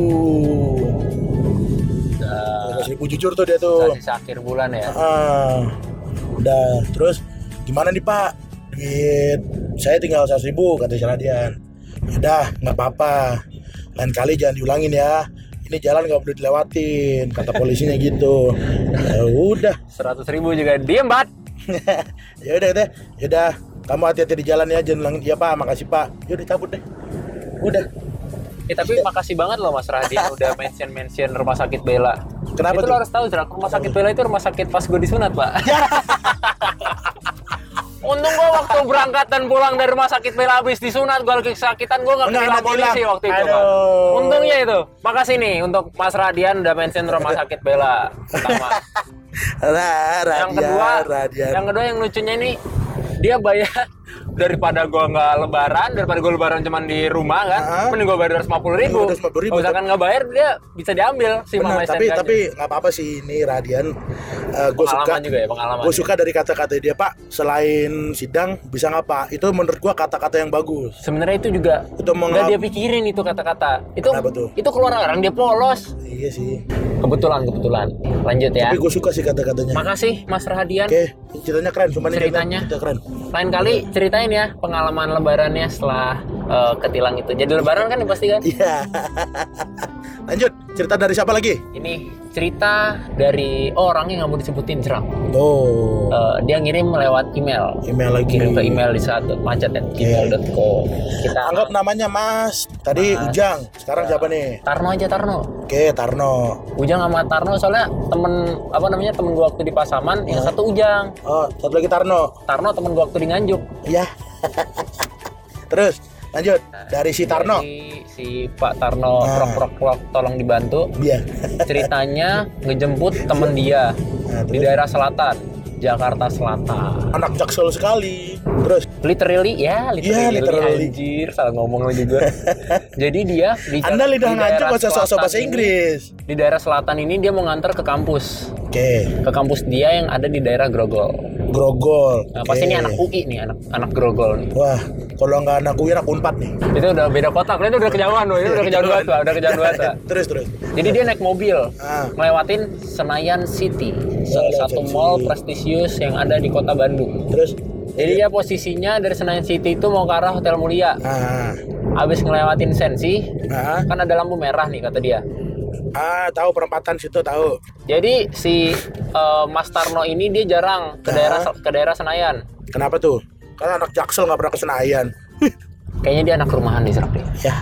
seratus ribu jujur tuh dia tuh. Sisa akhir bulan ya. Ah, udah terus gimana nih Pak? Duit saya tinggal seratus ribu kata si Radian. Udah nggak apa-apa. Lain kali jangan diulangin ya. Ini jalan nggak boleh dilewatin kata polisinya gitu. Ya udah. seratus ribu juga diem bat. Ya udah deh. Ya udah. Kamu hati-hati di jalan ya. Jangan ulangin. Iya Pak. Makasih Pak. Ya udah cabut deh. Udah. Eh, tapi makasih banget loh Mas Rahadian udah mention-mention rumah sakit Bella. Kenapa itu tuh? lo harus tahu, Zrak. Rumah sakit Bella itu rumah sakit pas gue disunat, Pak. Untung gua waktu berangkat dan pulang dari rumah sakit Bella habis disunat, gua lagi kesakitan, gua nggak kena polisi waktu itu, Pak. Untungnya itu. Makasih nih untuk Mas Radian udah mention rumah sakit Bella pertama. Nah, Radian, yang kedua, Radian. yang kedua yang lucunya ini dia bayar daripada gua nggak lebaran, daripada gua lebaran cuman di rumah kan, uh-huh. mending gua bayar dua ratus lima puluh ribu. Kalau misalkan nggak bayar dia bisa diambil si Mama. Tapi S T N K-nya. tapi nggak apa-apa sih ini Radian. Uh, gue suka juga ya pengalaman. Gue suka dari kata-kata dia, Pak. Selain sidang bisa ngapa? Itu menurut gua kata-kata yang bagus. Sebenarnya itu juga itu nggak dia pikirin itu kata-kata. Itu tuh? itu keluar orang dia polos. Iya sih. Kebetulan kebetulan. Lanjut ya. Tapi gue suka sih kata-katanya. Makasih Mas Radian. Oke, ceritanya keren. Sumpah ceritanya cerita keren. Lain kali ceritain ya pengalaman lebarannya setelah uh, ketilang itu. Jadi lebaran kan pasti kan? Iya. Lanjut, cerita dari siapa lagi? Ini cerita dari orang yang nggak mau disebutin Jerak. Oh. Uh, dia ngirim lewat email. Email lagi. Kirim ke email di saat macet at gmail dot com. Kita anggap namanya Mas. Tadi Mas. Ujang. Sekarang siapa nih? Tarno aja Tarno. Oke, Tarno. Ujang sama Tarno soalnya temen apa namanya temen gua waktu di Pasaman, yang satu Ujang. Oh, satu lagi Tarno. Tarno temen gua waktu di Nganjuk. Iya. Terus lanjut dari si Tarno. Dari si Pak Tarno nah. prok prok prok tolong dibantu. Iya. Ceritanya ngejemput temen dia nah, di daerah selatan, Jakarta Selatan. Anak jaksel sekali. Terus literally ya, literally, ya, literally. Anjir, salah ngomong lagi gue. Jadi dia di Anda lidah ngaco bahasa sosok bahasa Inggris. Di daerah selatan ini dia mau nganter ke kampus. Oke. Okay. Ke kampus dia yang ada di daerah Grogol. Grogol. Nah, pasti okay. Ini anak U I nih, anak anak Grogol nih. Wah, kalau nggak anak U I anak Unpad nih. Itu udah beda kota, itu udah kejauhan loh, itu udah kejauhan banget, udah kejauhan banget. Terus terus. Jadi dia naik mobil, ah. ngelewatin Senayan City, salah satu mall prestisius yang ada di kota Bandung. Terus jadi dia posisinya dari Senayan City itu mau ke arah Hotel Mulia. Ah. Abis ngelewatin Sensi, ah. kan ada lampu merah nih kata dia. Ah, tahu perempatan situ tahu. Jadi si uh, Mas Tarno ini dia jarang ke ah. daerah ke daerah Senayan. Kenapa tuh? Karena anak Jaksel nggak pernah ke Senayan. Kayaknya dia anak rumahan di Serak. Ya.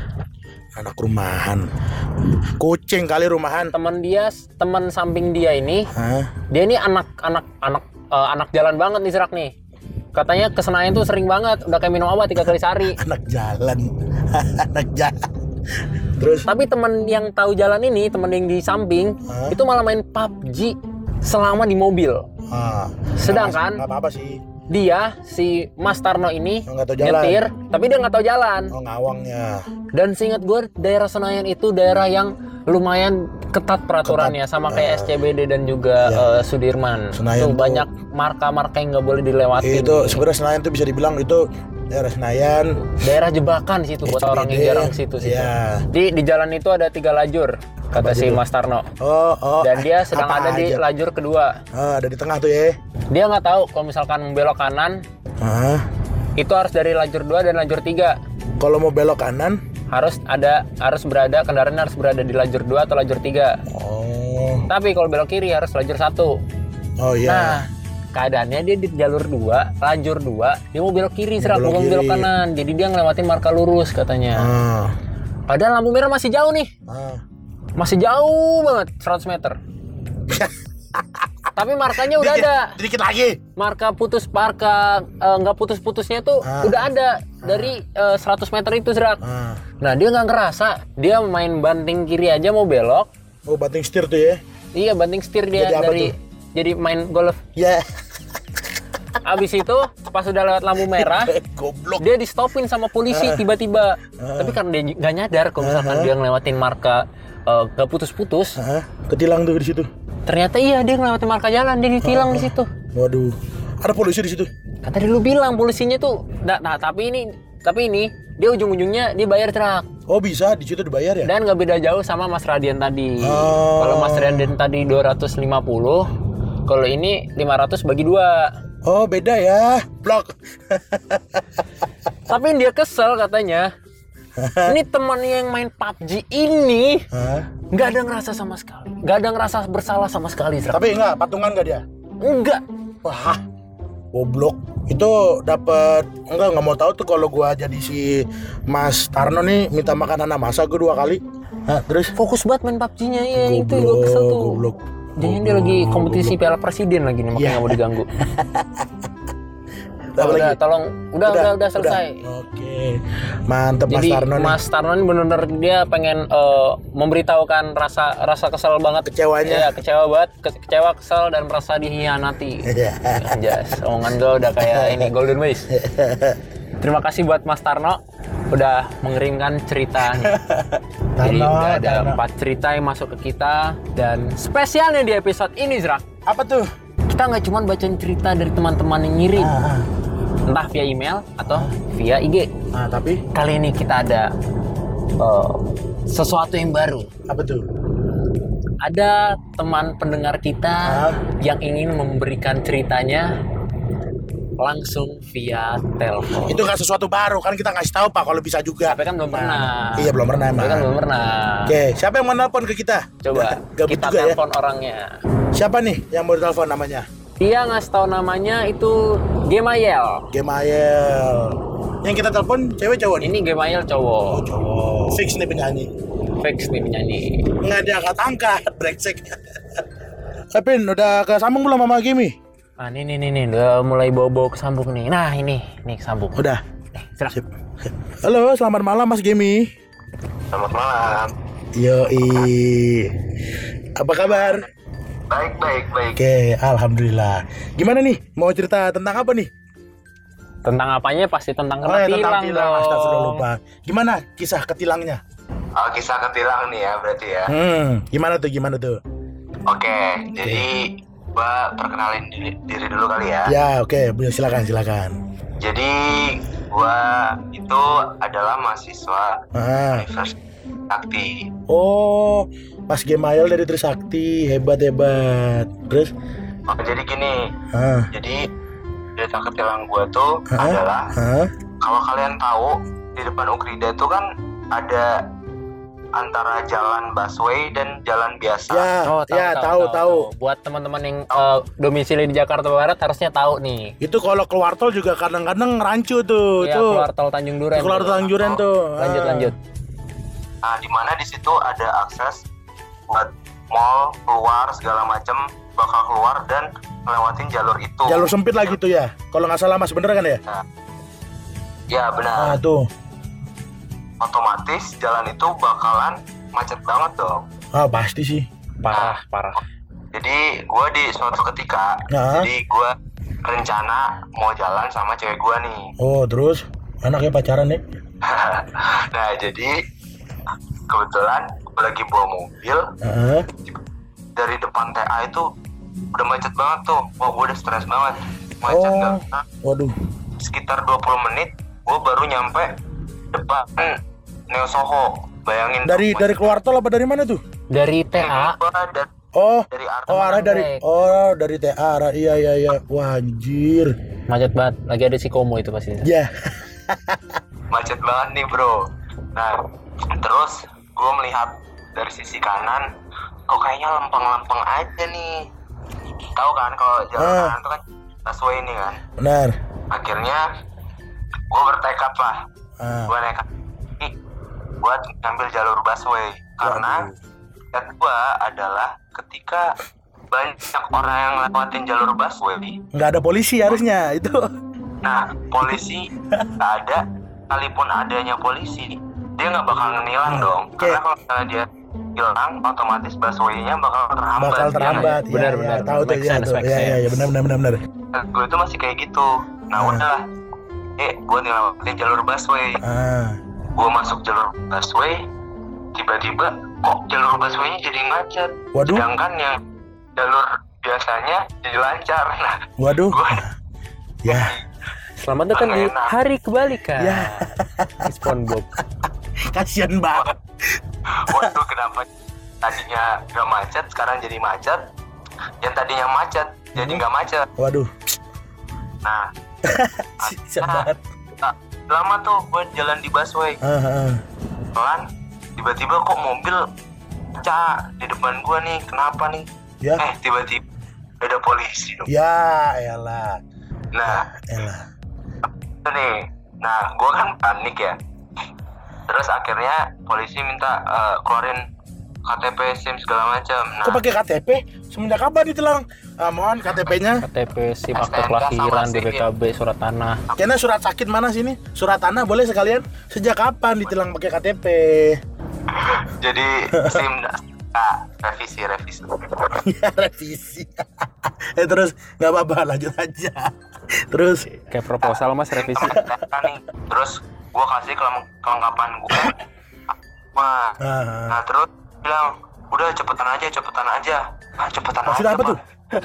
Anak rumahan. Kucing kali rumahan. Teman dia, teman samping dia ini, Hah? dia ini anak anak anak uh, anak jalan banget di Serak nih. Katanya ke Senayan tuh sering banget, udah kayak minum obat tiga kali sehari. Anak jalan. Anak jalan. Terus tapi teman yang tahu jalan ini, teman yang di samping, Hah? itu malah main P U B G selama di mobil. Ah, sedangkan nggak apa-apa sih. Dia si Mas Tarno ini nggak tahu jalan. nyetir, tapi dia nggak tahu jalan. Oh, ngawangnya. Dan seingat gue daerah Senayan itu daerah yang lumayan ketat peraturannya, ketat. Sama kayak uh, S C B D dan juga iya. uh, Sudirman. Senayan tuh, tuh banyak marka-marka yang nggak boleh dilewati. Itu sebenarnya Senayan tuh bisa dibilang itu daerah Senayan, daerah jebakan situ buat orang yang jarang situ situ. Yeah. Di di jalan itu ada tiga lajur kata apa si itu? Mas Tarno. Oh, oh. Dan dia sedang apa ada aja? Di lajur kedua. Oh, ada di tengah tuh ya. Dia nggak tahu kalau misalkan belok kanan, Hah? itu harus dari lajur dua dan lajur tiga. Kalau mau belok kanan harus ada harus berada kendaraan harus berada di lajur dua atau lajur tiga. Oh. Tapi kalau belok kiri harus lajur satu. Oh iya. Nah, keadaannya dia di jalur dua, lajur dua, dia mau belok kiri, serak mau belok, belok kanan. Jadi dia ngelewatin marka lurus katanya. Ah. Padahal lampu merah masih jauh nih. Ah. Masih jauh banget, seratus meter. Tapi markanya udah dikit, ada. Dikit lagi. Marka putus, marka nggak uh, putus-putusnya tuh ah. udah ada dari uh, seratus meter itu, serak. Ah. Nah, dia nggak ngerasa. Dia main banting kiri aja mau belok. Oh, banting setir tuh ya? Iya, banting setir dia. Jadi dari tuh? Jadi main golf. Ya. Yeah. Abis itu pas udah lewat lampu merah, goblok. Dia di stopin sama polisi uh. tiba-tiba. Uh. Tapi karena dia nggak nyadar kalau misalkan uh-huh. dia ngelewatin marka uh, gak putus-putus, uh-huh. ketilang tuh di situ. Ternyata iya dia ngelewatin marka jalan, dia ditilang uh-huh. di situ. Waduh, ada polisi di situ. Kata dia lu bilang polisinya tuh, nah, nah tapi ini tapi ini dia ujung-ujungnya dia bayar truk. Oh bisa di situ dibayar ya? Dan nggak beda jauh sama Mas Radian tadi. Oh. Kalau Mas Radian tadi dua ratus lima puluh, kalau ini lima ratus bagi dua. Oh beda ya, blok. Tapi dia kesel katanya. Ini temannya yang main P U B G ini nggak ada ngerasa sama sekali, nggak ada ngerasa bersalah sama sekali. Tapi enggak, patungan nggak dia? Enggak. Wah, goblok. Itu dapat enggak nggak mau tahu tuh kalau gua jadi si Mas Tarno nih minta makan anak masa gua dua kali. Hah, terus fokus banget main P U B G-nya ya, goblok, itu gua kesel tuh. Goblok. Jangan dia lagi kompetisi Piala Presiden lagi nih, makanya nggak yeah. mau diganggu. Apa udah, lagi? tolong, udah, udah, udah, selesai. Oke, mantep Mas Jadi Tarno nih. Mas Tarno ini benar-benar dia pengen eh, memberitahukan rasa rasa kesel banget, Kecewanya. ya, kecewa banget, ke- kecewa, kesel dan merasa dihianati. Anjas, omongan gue udah kayak ini Golden Ways. Terima kasih buat Mas Tarno udah mengirimkan cerita nih. Jadi Tarno, udah ada Tarno. empat cerita yang masuk ke kita dan spesialnya di episode ini Zrak, Apa tuh? kita nggak cuma bacain cerita dari teman-teman yang ngirim, Ah, entah via email atau via I G. ah, tapi Kali ini kita ada eh, sesuatu yang baru. apa tuh? Ada teman pendengar kita Ah. yang ingin memberikan ceritanya langsung via telepon. Itu nggak sesuatu baru kan, kita ngasih tahu Pak kalau bisa juga. Tapi kan belum pernah. Iya belum pernah emang. Tapi kan belum pernah. Oke, siapa yang mau nelpon ke kita? Coba Gabut kita juga ya. telepon orangnya. Siapa nih yang mau telepon namanya? Dia ngasih tahu namanya itu Gemayel. Gemayel. Yang kita telepon cewek cowok nih? Ini Gemayel cowok. Oh cowok. Fix nih penyanyi. Fix nih penyanyi. Nggak diangkat-angkat, brengsek. Epin, udah kesambung belum sama Gimi? Ah, nih nih nih nih udah mulai bawa-bawa kesambung nih. Nah, ini nih kesambung. Udah. Eh, Zrak. Sip. Halo, selamat malam Mas Gimi. Selamat malam. Yoi. Apa kabar? Baik, baik, baik. Oke, alhamdulillah. Gimana nih? Mau cerita tentang apa nih? Tentang apanya pasti tentang Oh ya, kena tentang tilang tilang. dong. Astagfirullah, lupa. Gimana kisah ketilangnya? Oh, kisah ketilang nih ya berarti ya. Hmm, gimana tuh? Gimana tuh? Oke, jadi gua perkenalin diri, diri dulu kali ya. Ya, oke, Bu, silakan, silakan. Jadi gua itu adalah mahasiswa Ah. Universitas Sakti. Oh, Mas Gemayel dari Trisakti, hebat hebat. Terus? Oh, jadi gini. Ah, Jadi cerita ketilang gua tuh Hah? adalah ah, kalau kalian tahu di depan Ukrida tuh kan ada antara jalan busway dan jalan biasa. ya, Oh, tahu, ya, tahu, tahu, tahu. Buat teman-teman yang eh, domisili di Jakarta Barat harusnya tahu nih. Itu kalau keluar tol juga kadang-kadang rancu tuh, Ya, tuh. keluar tol Tanjung Duren. Keluar tol Tanjung Duren tuh. Lanjut, Ah. lanjut. Nah, di mana di situ ada akses buat mall keluar segala macam bakal keluar dan melewatin jalur itu. Jalur sempit lagi tuh ya. Kalau nggak salah Mas, bener kan ya? Ya benar. Ah, tuh. Otomatis jalan itu bakalan macet banget dong. Ah, pasti sih. Parah, parah. Jadi gue di suatu ketika, Nah. jadi gue rencana mau jalan sama cewek gue nih. Oh, terus anaknya pacaran nih? Nah, jadi kebetulan gue lagi bawa mobil Ah, dari depan T A itu udah macet banget tuh. Wah, gue udah stres banget. Macet Oh. nggak? Nah, waduh. sekitar dua puluh menit gue baru nyampe depan Neo Soho. Bayangin Dari tuh, dari keluar tol apa dari mana tuh? Dari T A. Gua dari, Oh, dari arah oh arah dari Nagrek. oh dari T A arah iya iya iya. Wah, anjir. Macet banget. Lagi ada si Komo itu pasti. Ya. macet banget nih bro. Nah terus gue melihat dari sisi kanan kok kayaknya lempeng-lempeng aja nih. Tahu kan kalau jalan Ah. kanan itu kan busway ini kan. Benar. Akhirnya gue bertekad lah, Ah. gue nekat nih buat ngambil jalur busway karena Waduh. niat gue adalah ketika banyak orang yang lewatin jalur busway, Nggak ada polisi harusnya itu. nah polisi nggak ada, sekalipun adanya polisi dia nggak bakal ngenilang Hmm, dong, oke. karena kalau misalnya dia hilang otomatis busway-nya bakal terhambat. Bakal ya. terhambat. Benar, ya, benar. ya, tahu tuh Make ya sense, tuh. make Ya, ya, ya, sense. benar benar benar benar. Gue itu masih kayak gitu. Nah Hmm. udahlah, eh gue ngelewatin jalur busway. Ah. Gue masuk jalur busway, tiba-tiba kok jalur busway-nya jadi macet. Waduh. Sedangkan yang jalur biasanya jadi lancar. Nah, Waduh. gue Ya. Selamat datang di Enak. Hari Kebalikan. Ya. SpongeBob. Kasian banget. waduh kenapa tadinya gak macet, sekarang jadi macet. Yang tadinya macet, jadi Hmm. nggak macet. Waduh. Nah, Kasian banget. tak lama tuh gue jalan di busway. Ah, ah. Pelan, tiba-tiba kok mobil pecah di depan gue nih. Kenapa nih? Ya. Eh, tiba-tiba ada polisi dong. Ya, elah. Nah, Elah. itu nih. Nah, gue kan panik ya. Terus akhirnya polisi minta eh, keluarin K T P, SIM segala macam. Nah, Kok pakai K T P? Semenjak kapan ditilang? Ah, mohon K T P-nya. K T P, SIM, akte kelahiran, B P K B, surat tanah. Kayaknya surat sakit mana sini? Surat tanah boleh sekalian. Sejak kapan ditilang pakai K T P? jadi SIM nah, revisi revisi. Ya revisi. eh terus nggak apa-apa lanjut aja. Terus Kayak proposal mas revisi. Nih, terus gue kasih keleng- kelengkapan gue. Wah, ah, nah terus bilang udah cepetan aja cepetan aja. Ah cepetan maksudnya aja. apa tuh?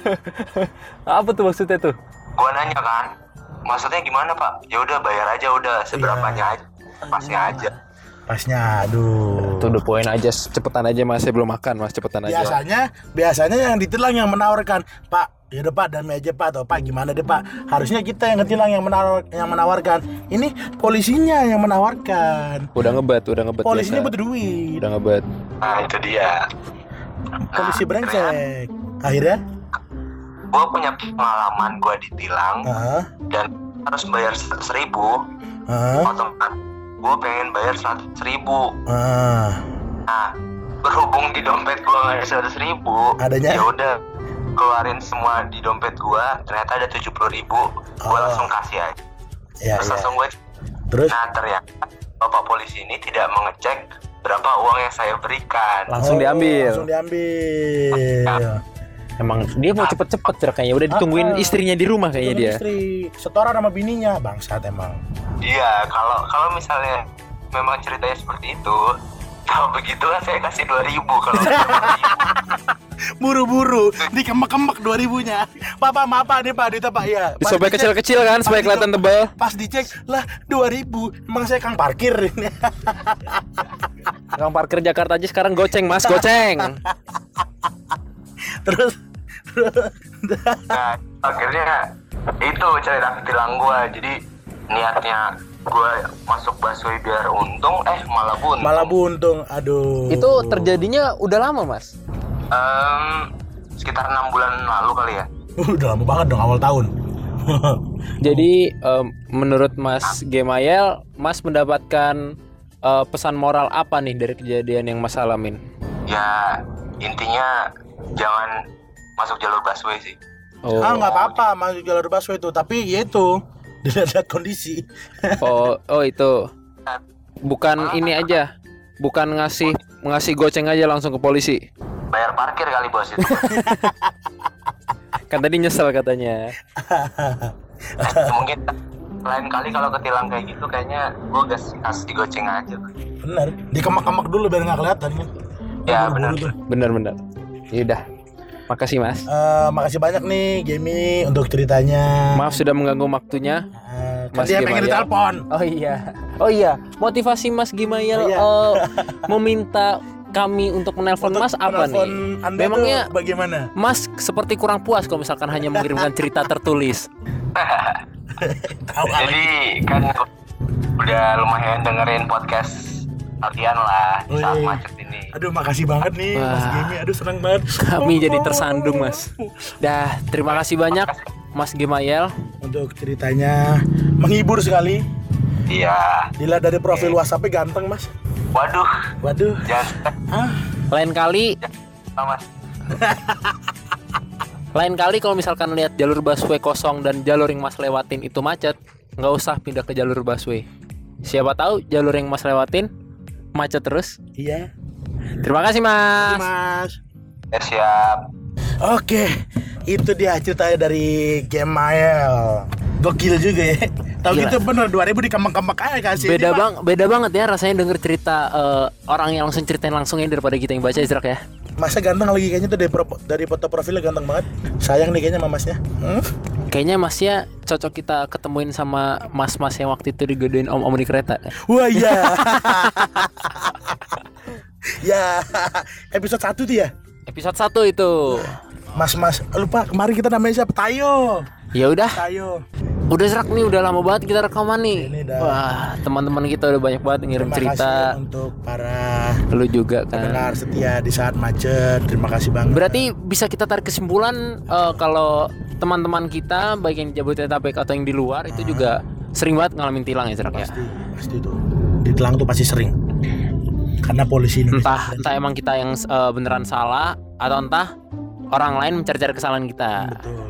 Apa tuh maksudnya tuh? Gue nanya kan, maksudnya gimana pak? Ya udah bayar aja udah seberapanya aja, pasnya aja. Pasnya, aduh. Tuh the point aja, cepetan aja mas, saya belum makan mas, cepetan aja. Biasanya, biasanya yang ditilang yang menawarkan, Pak, ya udah Pak, dan aja Pak, atau Pak gimana deh Pak. Harusnya kita yang ketilang yang menawar, yang menawarkan. Ini polisinya yang menawarkan. Udah ngebet, udah ngebet. Polisinya biasa. butuh duit. Udah ngebet. Nah itu dia. Polisi Nah, brengsek. Akhirnya, gue punya pengalaman gue ditilang ah, dan harus bayar seratus ribu. ah, Otomatis gue pengen bayar seratus ribu. ah. Nah berhubung di dompet gue nggak ada seratus ribu, Adanya? ya udah keluarin semua di dompet gue. Ternyata ada tujuh puluh ribu. Gue Oh. langsung kasih aja. Ya, Terus ya. langsung gue. Terus, Nah ternyata bapak polisi ini tidak mengecek berapa uang yang saya berikan. Langsung Oh, diambil. Langsung diambil. Emang dia mau cepet-cepet Jer, kayaknya udah ditungguin Ah, ah. istrinya di rumah kayaknya dia. Istri, setoran sama bininya, bangsat emang. Iya, kalau kalau misalnya memang ceritanya seperti itu, kalau begitu kan saya kasih dua ribu kalau Buru-buru, dikemek-kemek dua ribunya. Papa, maaf Pak, nih Pak, duitnya Pak, ya. Pas Disobek dicek- kecil-kecil kan supaya pas kelihatan dico- tebal. Pas dicek, lah dua ribu, emang saya kang parkir ini. Kang parkir Jakarta aja sekarang goceng mas, goceng. Terus, terus, Nah, akhirnya itu cerita ketilang gue. Jadi niatnya gue masuk busway biar untung, eh malah buntung. malah buntung, aduh. Itu terjadinya udah lama mas? Em, sekitar enam bulan lalu kali ya. Udah lama banget dong, awal tahun. Jadi em, menurut Mas Gemayel, Mas mendapatkan eh, pesan moral apa nih dari kejadian yang Mas alamin? Ya intinya jangan masuk jalur busway sih. Oh, Ah, nggak apa-apa, masuk jalur busway itu, tapi ya itu, dilihat kondisi. oh, oh itu. Bukan ini aja, bukan ngasih ngasih goceng aja langsung ke polisi. Bayar parkir kali bos itu. Kan tadi nyesel katanya. Mungkin lain kali kalau ketilang kayak gitu kayaknya gue gas kasih goceng aja. Bener, dikemek-kemek dulu biar nggak kelihatan kan. Ya, Buru-buru bener. tuh. Bener-bener. Yaudah, makasih Mas. Eh, makasih banyak nih Gemi untuk ceritanya. Maaf sudah mengganggu waktunya. Eh, kan Mas dia pengen Gemayel. ditelepon. Oh iya, oh iya. Motivasi Mas Gemayel Oh, iya. eh, meminta kami untuk menelpon Untuk Mas apa menelpon nih? Anda Memangnya tuh bagaimana? Mas seperti kurang puas kalau misalkan hanya mengirimkan cerita tertulis. Tahu lagi. Jadi kan udah lumayan dengerin podcast kalian lah di saat Wih. macet ini. Aduh, makasih banget nih Mas Wah. Gemi. Aduh, senang banget. Kami Oh, jadi tersandung Mas. Dah, terima kasih banyak Mas Gemayel. Untuk ceritanya menghibur sekali. Iya. Dilihat dari profil WhatsApp-nya ganteng, Mas. Waduh, Waduh. jangan Ah, Lain kali, Mas. lain kali kalau misalkan lihat jalur busway kosong dan jalur yang Mas lewatin itu macet, nggak usah pindah ke jalur busway. Siapa tahu jalur yang Mas lewatin macet terus. iya. Terima kasih Mas. Mas. Ya siap. Oke, itu dia ceritanya dari Gemail. Gokil juga ya. Tahu Gila. gitu bener dua ribu dikemek-kemek aja kasih. Beda Ini, Pak. bang, beda banget ya rasanya denger cerita eh, orang yang langsung ceritain langsungnya daripada kita yang baca Izrak ya. Masnya ganteng lagi kayaknya tuh dari, pro- dari foto profilnya ganteng banget. Sayang nih kayaknya sama Masnya. Hmm? Kayaknya Masnya cocok kita ketemuin sama mas-mas yang waktu itu digodain om-om di kereta. Wah iya. Ya, episode satu tuh ya. Episode satu itu. Mas-mas, lupa kemarin kita namanya siapa? Tayo. Ya udah, Tayo. udah Zrak nih, udah lama banget kita rekaman nih. Ini dah. Wah, teman-teman kita udah banyak banget ngirim Terima cerita. kasih untuk para Lu juga kan. pendengar setia di saat macet. Terima kasih banget. Berarti bisa kita tarik kesimpulan eh, kalau teman-teman kita baik yang di Jabodetabek atau yang di luar itu juga sering banget ngalamin tilang ya Zrak ya. pasti, pasti tuh. Ditelang tuh pasti sering. Karena polisi Indonesia. Entah entah emang kita yang uh, beneran salah atau entah orang lain mencari-cari kesalahan kita. Betul.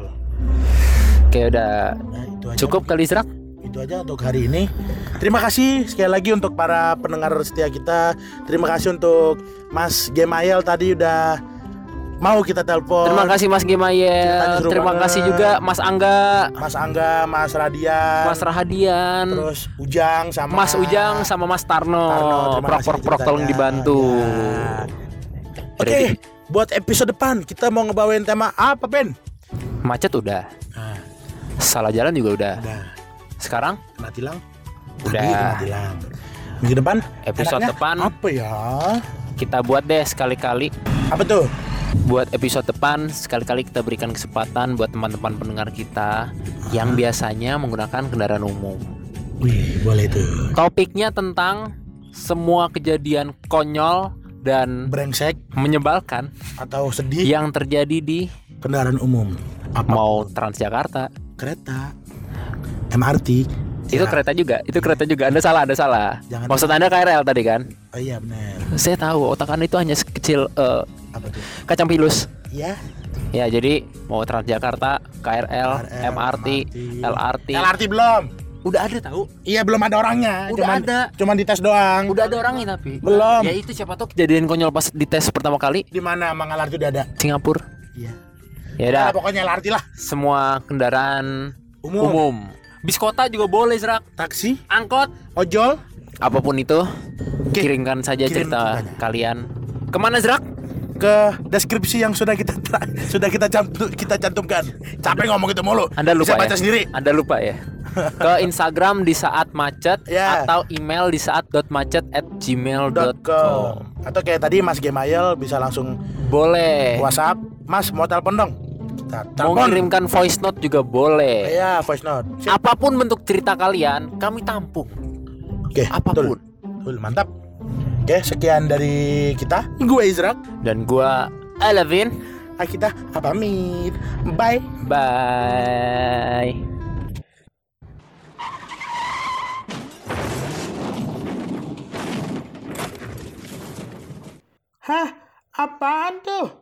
Oke, udah Nah, itu aja. cukup kali Zrak. Itu aja untuk hari ini. Terima kasih sekali lagi untuk para pendengar setia kita. Terima kasih untuk Mas Gemayel tadi udah mau kita telepon. Terima kasih Mas Ceritanya Gemayel. seru Terima banget. kasih juga Mas Angga, Mas Angga, Mas Radian, Mas Rahadian, terus Ujang sama Mas Ujang sama Mas Tarno. Tarno. Terima kasih Prok-prok tolong ceritanya. dibantu. Ya. Oke, buat episode depan kita mau ngebawain tema apa, Ben? Macet udah. Nah, Salah jalan juga udah. udah. Sekarang Kena tilang? Udah. Tadi kena tilang. Minggu depan? Episode enaknya depan. apa ya? kita buat deh sekali-kali. Apa tuh? Buat episode depan sekali-kali kita berikan kesempatan buat teman-teman pendengar kita yang biasanya menggunakan kendaraan umum. Wih, boleh tuh. Topiknya tentang semua kejadian konyol dan Brengsek menyebalkan atau sedih yang terjadi di kendaraan umum. Apa? mau Transjakarta. Kereta, M R T. Itu Ya. kereta juga, itu kereta juga. Anda salah, Anda salah. Jangan- Maksud Anda K R L tadi kan? Oh iya benar. Saya tahu otak Anda itu hanya sekecil eh, Apa tuh? kacang pilus. Iya. Ya, jadi mau Transjakarta, K R L, K R L, M R T, L R T. L R T belum. Udah ada tahu? Iya belum ada orangnya. Udah cuman, ada. Cuman dites doang. Udah ada orangnya tapi. Belum. Ya itu siapa tahu kejadian konyol pas dites pertama kali Di mana Mang L R T udah ada? Singapura. Iya. Ya udah, Nah, pokoknya L R T lah. semua kendaraan Umum. umum. Bis kota juga boleh, Zrak. Taksi, Angkot, ojol, apapun itu, Oke. kirimkan saja Kirim cerita ceritanya. kalian. Kemana, Zrak? ke deskripsi yang sudah kita sudah kita cantum, kita cantumkan. Capek ngomong itu mulu. Anda lupa Bisa baca ya? sendiri. Anda lupa ya? Ke Instagram di saat macet Ya. atau email di saat dot macet at gmail dot com. Atau kayak tadi Mas Gemayel bisa langsung Boleh. WhatsApp, Mas mau telepon dong. Kita Mau telepon. kirimkan voice note juga boleh. Iya, voice note. Siap. Apapun bentuk cerita kalian, kami tampung. Oke, Apapun. betul. Betul, mantap. Oke, sekian dari kita. Gue Izrak. Dan gua Alvin. Ah, kita pamit. Bye. Bye. Hah? Apaan tuh?